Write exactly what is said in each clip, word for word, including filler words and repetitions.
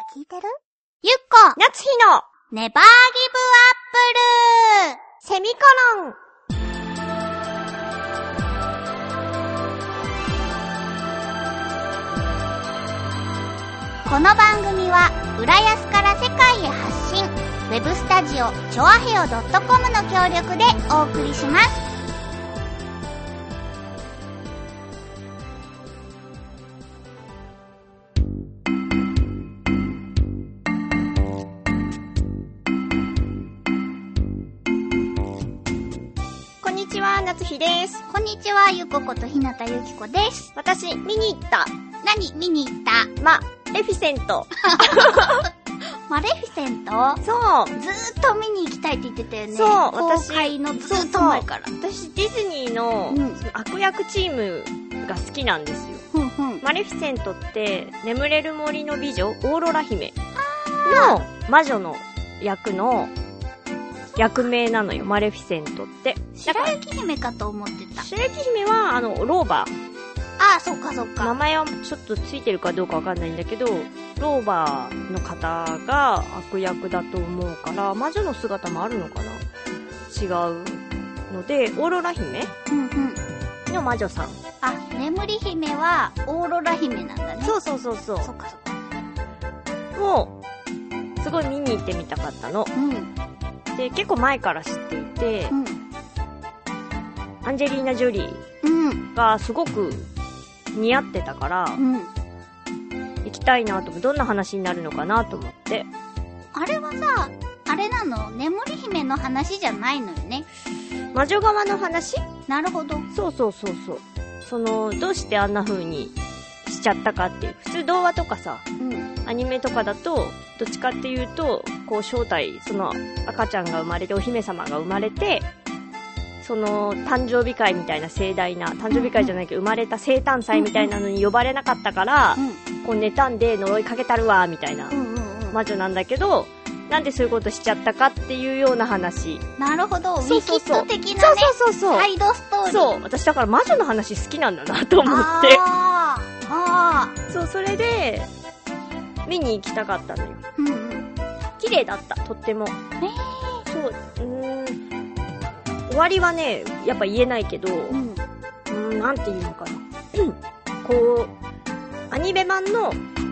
聞いてる？ゆっこ夏日のネバーギブアップルセミコロン。 この番組は浦安から世界へ発信、ウェブスタジオチョアヘオ .com の協力でお送りします。 こんにちは、夏日です。 こんにちは、ゆこことひなたゆきこです。 私、見に行った。 何見に行った？ マレフィセント。 マレフィセント？ そう。 ずーっと見に行きたいって言ってたよね。 そう、私。 公開のずーっと前から。 そうそう、私、ディズニーの、うん、悪役チームが好きなんですよ。ふんふん。マレフィセントって、眠れる森の美女、オーロラ姫の魔女の役の役名なのよ、マレフィセントって。 白雪姫かと思ってた。 白雪姫は、あの、ローバー。 ああ、そっかそっか。 名前はちょっとついてるかどうかわかんないんだけど、ローバーの方が悪役だと思うから、魔女の姿もあるのかな？違うので、オーロラ姫、うんうん、の魔女さん。 あ、眠り姫はオーロラ姫なんだね。 そうそうそうそう。 そっかそっか。 もう、すごい見に行ってみたかったの。うん、で、結構前から知っていて、うん、アンジェリーナ・ジョリーがすごく似合ってたから、うん、行きたいなと思って、どんな話になるのかなと思って。 あれはさ、あれなの？眠り姫の話じゃないのよね。 魔女側の話？ なるほど。 そうそうそうそう。その、どうしてあんな風にしちゃったかっていう。普通動画とかさ、うん、アニメとかだと、どっちかっていうと、こう正体、その赤ちゃんが生まれて、お姫様が生まれて、その誕生日会みたいな盛大な、誕生日会じゃないけど、生まれた生誕祭みたいなのに呼ばれなかったから、うんうん、こう妬んで呪いかけたるわみたいな魔女なんだけど、なんでそういうことしちゃったかっていうような話。 なるほど。ウィキッド的なね。 そうそうそうそう。 サイドストーリー。 そう。私だから魔女の話好きなんだなと思って。 あーあー。そう、それで見に行きたかったのよ。うんうん。綺麗だった、とっても。えー、そう、うーん。終わりはね、やっぱ言えないけど、うん、うーん、なんていうのかな。こう、アニメ版の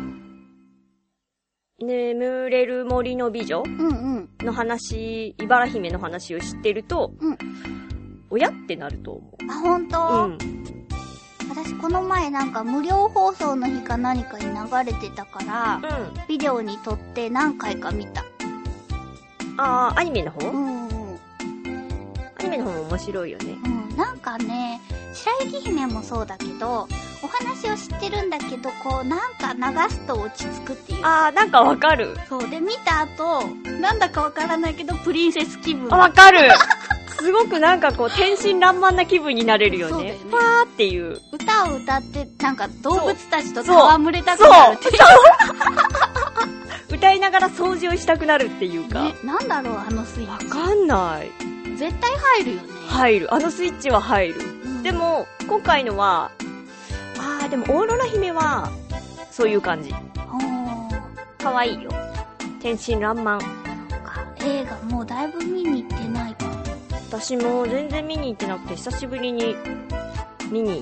眠れる森の美女の話、うんうん、茨姫の話を知ってると、うん、親ってなると思う。 あ、ほんと？うん。私この前なんか無料放送の日か何かに流れてたから、うん、ビデオに撮って何回か見た。 あー、アニメの方？ うんうん。 アニメの方も面白いよね。 うん、なんかね、白雪姫もそうだけど、お話を知ってるんだけど、こう、なんか流すと落ち着くっていう。 あー、なんかわかる。 そう。で、見た後、なんだかわからないけど、プリンセス気分。 あ、わかる。すごくなんかこう、天真爛漫な気分になれるよね。そうだよね。パーっていう。 歌を歌って、なんか動物たちと戯れたくなるっていう。そうそう歌いながら掃除をしたくなるっていうか。 ね、なんだろう、あのスイッチ。 わかんない。 絶対入るよね。 入る。あのスイッチは入る。うん、でも、今回のは、あー、でもオーロラ姫は、そういう感じ。かわいいよ。天真爛漫。 そっか。映画もうだいぶ見に行ってないか。 私も全然見に行ってなくて、久しぶりに見に行った。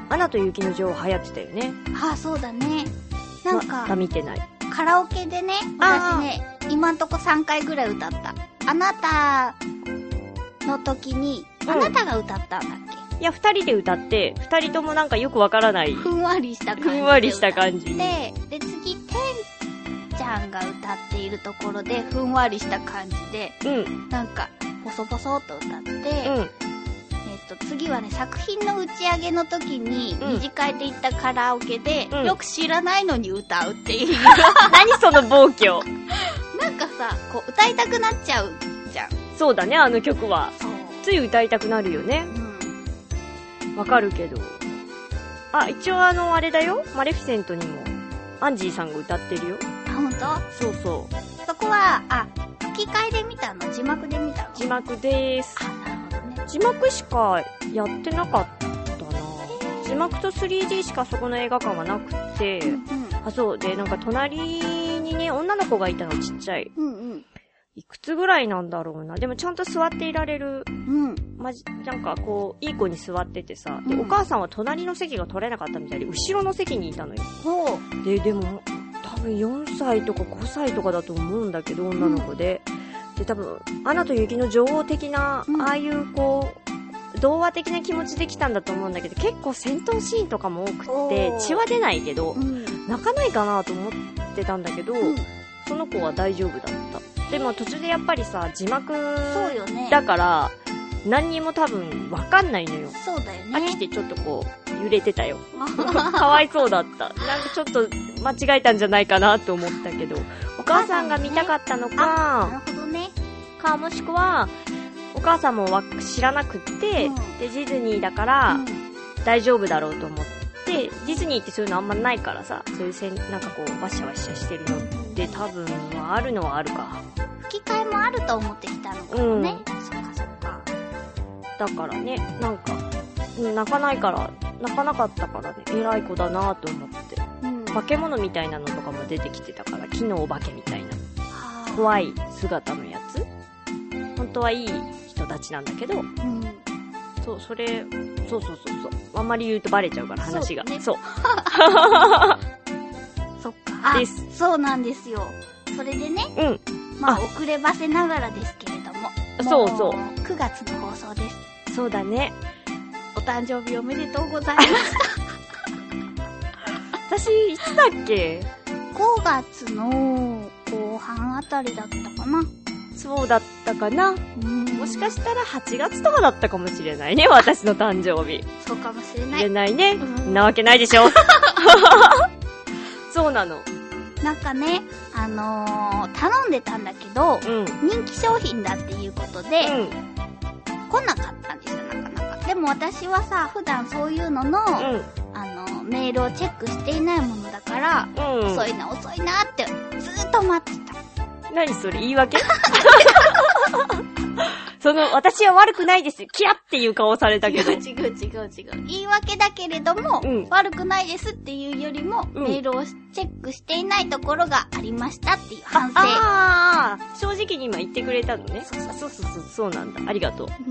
アナと雪の女王流行ってたよね。 ああ、そうだね。なんか、 まだ見てない。 カラオケでね、私ね、今んとこさんかいぐらい歌った。あなたの時に、あなたが歌ったんだっけ？ いや、二人で歌って、二人ともなんかよくわからない。 ふんわりした感じで。 ふんわりした感じ。 で、で、次、てんちゃんが歌っているところで、ふんわりした感じで、うん。なんか、ボソボソっと歌って、うん。えっと、次はね、作品の打ち上げの時に、うん、二次会で行ったカラオケで、うん、よく知らないのに歌うっていう。 何その暴挙。 なんかさ、こう、歌いたくなっちゃうじゃん。 そうだね、あの曲は。そう。つい歌いたくなるよね。うん。わかるけど。あ、一応あの、あれだよ。マレフィセントにも、アンジーさんが歌ってるよ。 あ、ほんと？ そうそう。 そこは、あ、吹き替えで見たの？字幕で見たの？ 字幕でーす。 あ、なるほどね。 字幕しかやってなかったな。字幕と スリーディー しかそこの映画館はなくて、うんうん、あ、そう。で、なんか隣にね、女の子がいたの、ちっちゃい。 うんうん。 いくつぐらいなんだろうな。でもちゃんと座っていられる。 うん。 まじ、なんかこう、いい子に座っててさ。で、うん、お母さんは隣の席が取れなかったみたいで、後ろの席にいたのよ。 ほう。で、でも、多分よんさいとかごさいとかだと思うんだけど、女の子で。うん、で、多分、アナと雪の女王的な、うん、ああいうこう、童話的な気持ちで来たんだと思うんだけど、結構戦闘シーンとかも多くって、血は出ないけど、うん、泣かないかなと思ってたんだけど、うん、その子は大丈夫だった。でも途中でやっぱりさ、字幕だから、何にも多分わかんないのよ。 そうだよね。 飽きてちょっとこう、揺れてたよ。かわいそうだった。なんかちょっと間違えたんじゃないかなって思ったけど、お母さんが見たかったのか、 なるほどね。 か、もしくは、お母さんもわ知らなくって、うん、で、ディズニーだから、うん、大丈夫だろうと思って、ディズニーってそういうのあんまないからさ、そういうせん、なんかこう、ワシャワシャしてるのって多分はあるのはあるか。 吹き替えもあると思ってきたのかもね。うん、そっかそっか。 だからね、なんか、泣かないから、泣かなかったからね、偉い子だなと思って。うん、化け物みたいなのとかも出てきてたから、木のお化けみたいな。怖い姿のやつ。本当はいい人たちなんだけど、うん、そう、それ、そうそうそうそう。あんまり言うとバレちゃうから話が。そう、ね。そう。 そっか。です。そうなんですよ。それでね、うん。まあ、遅ればせながらですけれども。 そうそう。 くがつの放送です。 そうだね。 お誕生日おめでとうございました。 私、いつだっけ ? ご 月の後半あたりだったかな。 そうだったかな。もしかしたらはちがつとかだったかもしれないね、私の誕生日。 そうかもしれない。 しれないね。んなわけないでしょ。そうなの。 なんかね、あのー、頼んでたんだけど、うん、人気商品だっていうことで、うん、来なかったんですよ、なかなか。でも私はさ、普段そういうのの、うん、あのー、メールをチェックしていないものだから、うん、遅いな遅いなってずーっと待ってた。 何それ言い訳その、私は悪くないです。キャッっていう顔されたけど。 違う違う違う違う。言い訳だけれども、うん、悪くないですっていうよりも、うん、メールをチェックしていないところがありましたっていう反省。 ああ、正直に今言ってくれたのね。そうそうそうそう、そうなんだ。ありがとう。うん、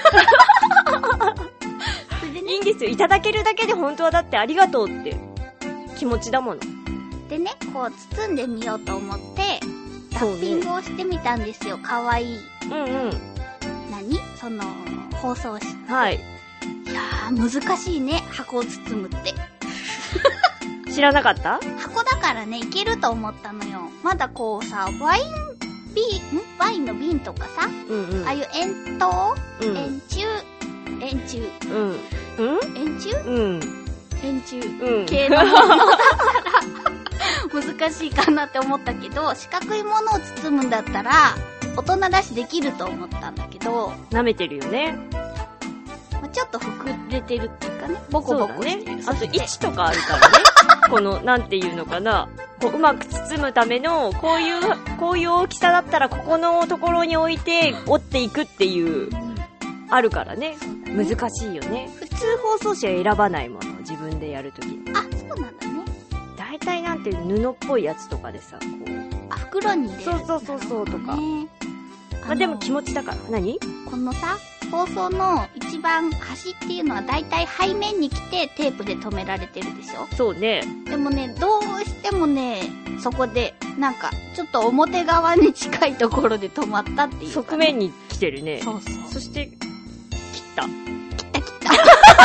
それでね、いいんですよ。いただけるだけで本当はだってありがとうって気持ちだもの。 でね、こう包んでみようと思って、ラッピングをしてみたんですよ。かわいい。うんうん。何その、包装紙。 はい。 いやー、難しいね。箱を包むって。 知らなかった？ 箱だからね、いけると思ったのよ。まだこうさ、ワイン瓶、んワインの瓶とかさ、うんうん、ああいう円筒、うん、円柱、円柱。うん。うん？円柱？うん。円柱、うん、系のものだったら、難しいかなって思ったけど、四角いものを包むんだったら大人だしできると思ったんだけど、 舐めてるよね。 まあ、ちょっと膨れてるっていうかね、ボコボコしてる。 ね、あと位置とかあるからね。このなんていうのかな、こううまく包むためのこういうこういう大きさだったらここのところに置いて折っていくっていう、うん、あるからね。ね、難しいよね。普通包装紙は選ばないもの、自分でやるときに。 あ、そうなんだね。 大体なんて布っぽいやつとかでさ、こう。 あ、袋に入れる。 そうそうそうそうとか。ね、まあでも気持ちだから。何？ このさ、包装の一番端っていうのは大体背面に来てテープで留められてるでしょ？ そうね。 でもね、どうしてもね、そこで、なんか、ちょっと表側に近いところで止まったっていう、ね。 側面に来てるね。 そうそう。 そして、切った。 切った切った。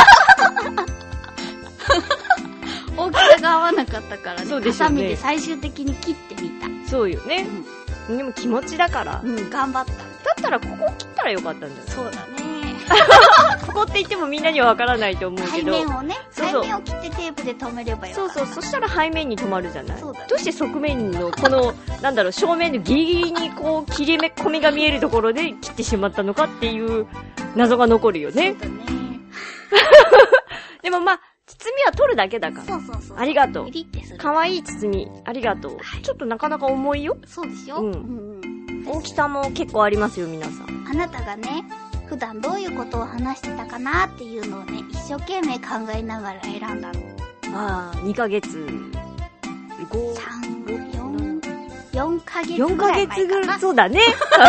大きさが合わなかったからね。そうでしょうね。ハサミで最終的に切ってみた。 そうよね。うん、でも気持ちだから。 うん、頑張った。 だったらここ切ったらよかったんじゃない？ そうだね。 ここって言ってもみんなにはわからないと思うけど。 背面をね、そうそう、背面を切ってテープで留めればよかった。 そうそう、そしたら背面に止まるじゃない？ そうだね。 どうして側面のこの、なんだろう、正面のギリギリにこう、切り込みが見えるところで切ってしまったのかっていう謎が残るよね。 そうだね。 でもまあ、包みは取るだけだから。 そうそうそう。 ありがとう。 ピリってする。 かわいい包み、ありがとう。はい、ちょっとなかなか重いよ。 そうでしょ？うん。うんうん、大きさも結構ありますよ、皆さん。 あなたがね、普段どういうことを話してたかなっていうのをね、一生懸命考えながら選んだの。 ああ、にかげつ。ご、 さん、よん、 かげつぐらい前かな。よんかげつぐらい、 そうだね。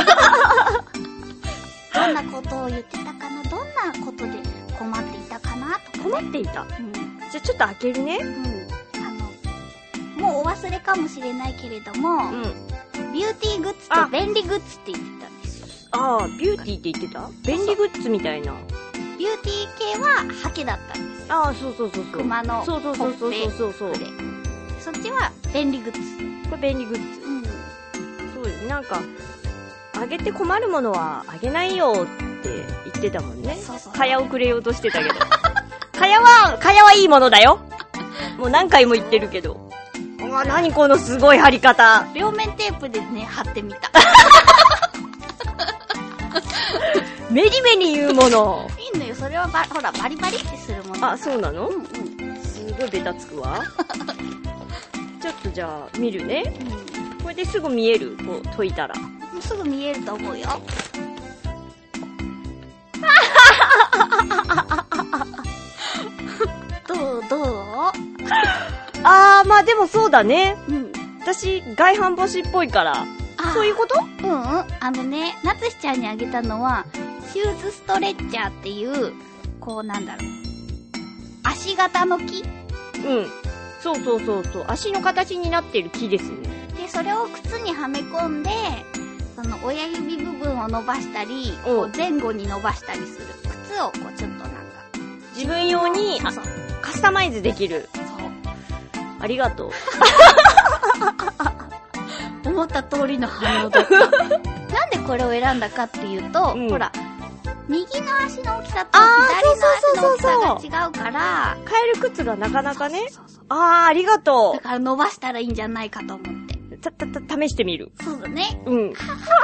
どんなことを言ってたかな、どんなことで困っていたかなとか、ね。 困っていた、うん、じゃあちょっと開けるね。うん。 あの、もうお忘れかもしれないけれども、うん、ビューティーグッズと便利グッズって言ってたんですよ。 ああ、ビューティーって言ってた？便利グッズみたいな。 ビューティー系はハケだったんですよ。 ああ、そうそうそうそう。 熊のそうそうそうそうそうそう。 そっちは便利グッズ。 これ便利グッズ。うん。そうです。なんか、あげて困るものはあげないよって言ってたもんね。そうそう。かやをくれようとしてたけど。かやは、かやはいいものだよ。もう何回も言ってるけど。うわ、なにこのすごい貼り方。 両面テープでね、貼ってみた。 メリメリ言うもの。 いいのよ、それはば、ほら、バリバリってするもの。 あ、そうなの？うんうん。すごいベタつくわ。ちょっとじゃあ、見るね。うん。これですぐ見える？こう、解いたら。 すぐ見えると思うよ。どうどうあー、まあでもそうだね。うん。私、外反母趾っぽいから。そういうこと？ うんうん。あのね、なつしちゃんにあげたのは、シューズストレッチャーっていう、こうなんだろう。足型の木？ うん。そうそうそうそう。足の形になってる木ですね。 で、それを靴にはめ込んで、その親指部分を伸ばしたり、こう前後に伸ばしたりする。靴をこうちょっとなんか。 自分用に、そうそう、カスタマイズできる。そう。ありがとう。 思った通りの反応だった。なんでこれを選んだかっていうと、うん、ほら、右の足の大きさと左の足の大きさが違うから、 買える靴がなかなかね。そうそうそうそう、あー、ありがとう。 だから伸ばしたらいいんじゃないかと思って。 た、た、た、試してみる。 そうだね。 うん。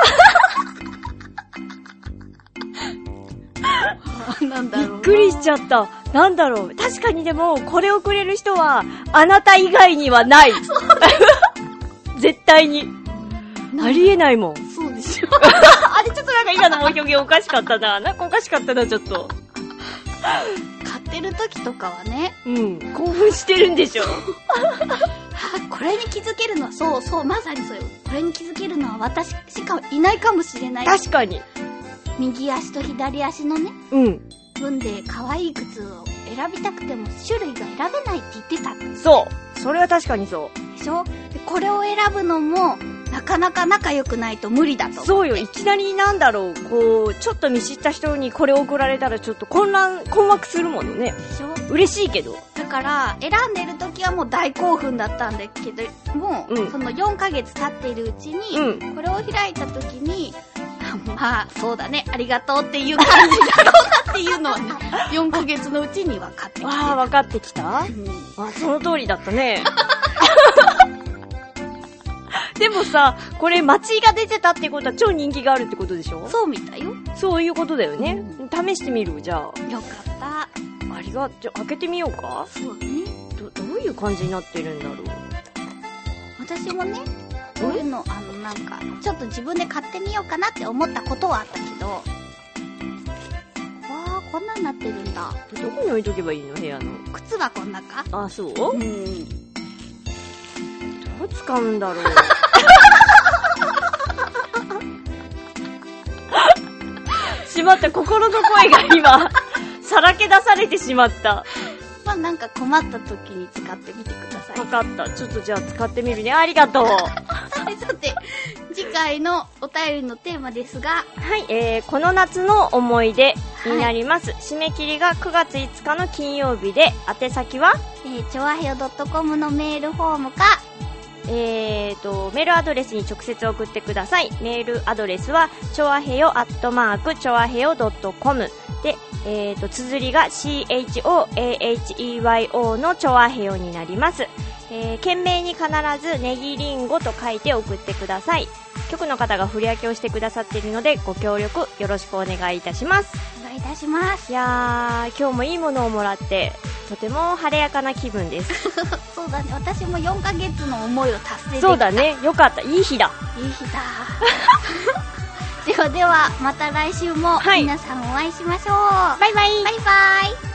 なんだろう。 びっくりしちゃった。なんだろう。確かにでも、これをくれる人は、あなた以外にはない。絶対に。ありえないもん。 そうでしょ。 あれちょっとなんか今の表現おかしかったな。なんかおかしかったな、ちょっと。 買ってる時とかはね。 うん。興奮してるんでしょ。 これに気づけるのは、そうそう、まさにそうよ。これに気づけるのは私しかいないかもしれない。 確かに。 右足と左足のね。 うん。 分で可愛い靴を選びたくても種類が選べないって言ってた。 そう。それは確かにそう。 でしょ？で、これを選ぶのも、なかなか仲良くないと無理だと。 そうよ、いきなりなんだろう、こう、ちょっと見知った人にこれを送られたらちょっと混乱、困惑するものね。 でしょ？ 嬉しいけど。 だから、選んでる時はもう大興奮だったんだけど、もう、うん、そのよんかげつ経っているうちに、うん、これを開いた時に、まあ、そうだね、ありがとうっていう感じだろうなっていうのはね、よんかげつのうちに分かってきた。 ああ、分かってきた、うん、あ、その通りだったね。でもさ、これ街が出てたってことは超人気があるってことでしょ？ そうみたいよ。 そういうことだよね。うん、試してみるじゃあ。 よかった。 ありが、じゃあ開けてみようか。 そうだね。 ど、どういう感じになってるんだろう。 私もね、こういうの、あの、なんか、ちょっと自分で買ってみようかなって思ったことはあったけど、わー、こんなになってるんだ。 どこに置いとけばいいの？部屋の。 靴はこんなか？ あ、そう？うん。どう使うんだろう。しまった、心の声が今、さらけ出されてしまった。 まあなんか困った時に使ってみてください。 わかった。ちょっとじゃあ使ってみるね。ありがとう。 さてさて、次回のお便りのテーマですが、 はい、えー、この夏の思い出になります。はい、締め切りがくがついつかの金曜日で、宛先は、 えー、ちょわへよ .com のメールフォームか、 えーと、メールアドレスに直接送ってください。メールアドレスは、ちょわへよアットマーク、ちょわへよ .com で、えーと、綴りが シーエイチオーエーエイチイーワイオー のちょわへよになります。えー、懸命に必ずネギリンゴと書いて送ってください。局の方が振り分けをしてくださっているので、ご協力よろしくお願いいたします。 お願いいたします。 いやー、今日もいいものをもらって、とても晴れやかな気分です。 そうだね、私もよんかげつの思いを達成できた。 そうだね、よかった、いい日だ。 いい日だ。ではでは、また来週も皆さんお会いしましょう。 バイバイ。 バイバイ。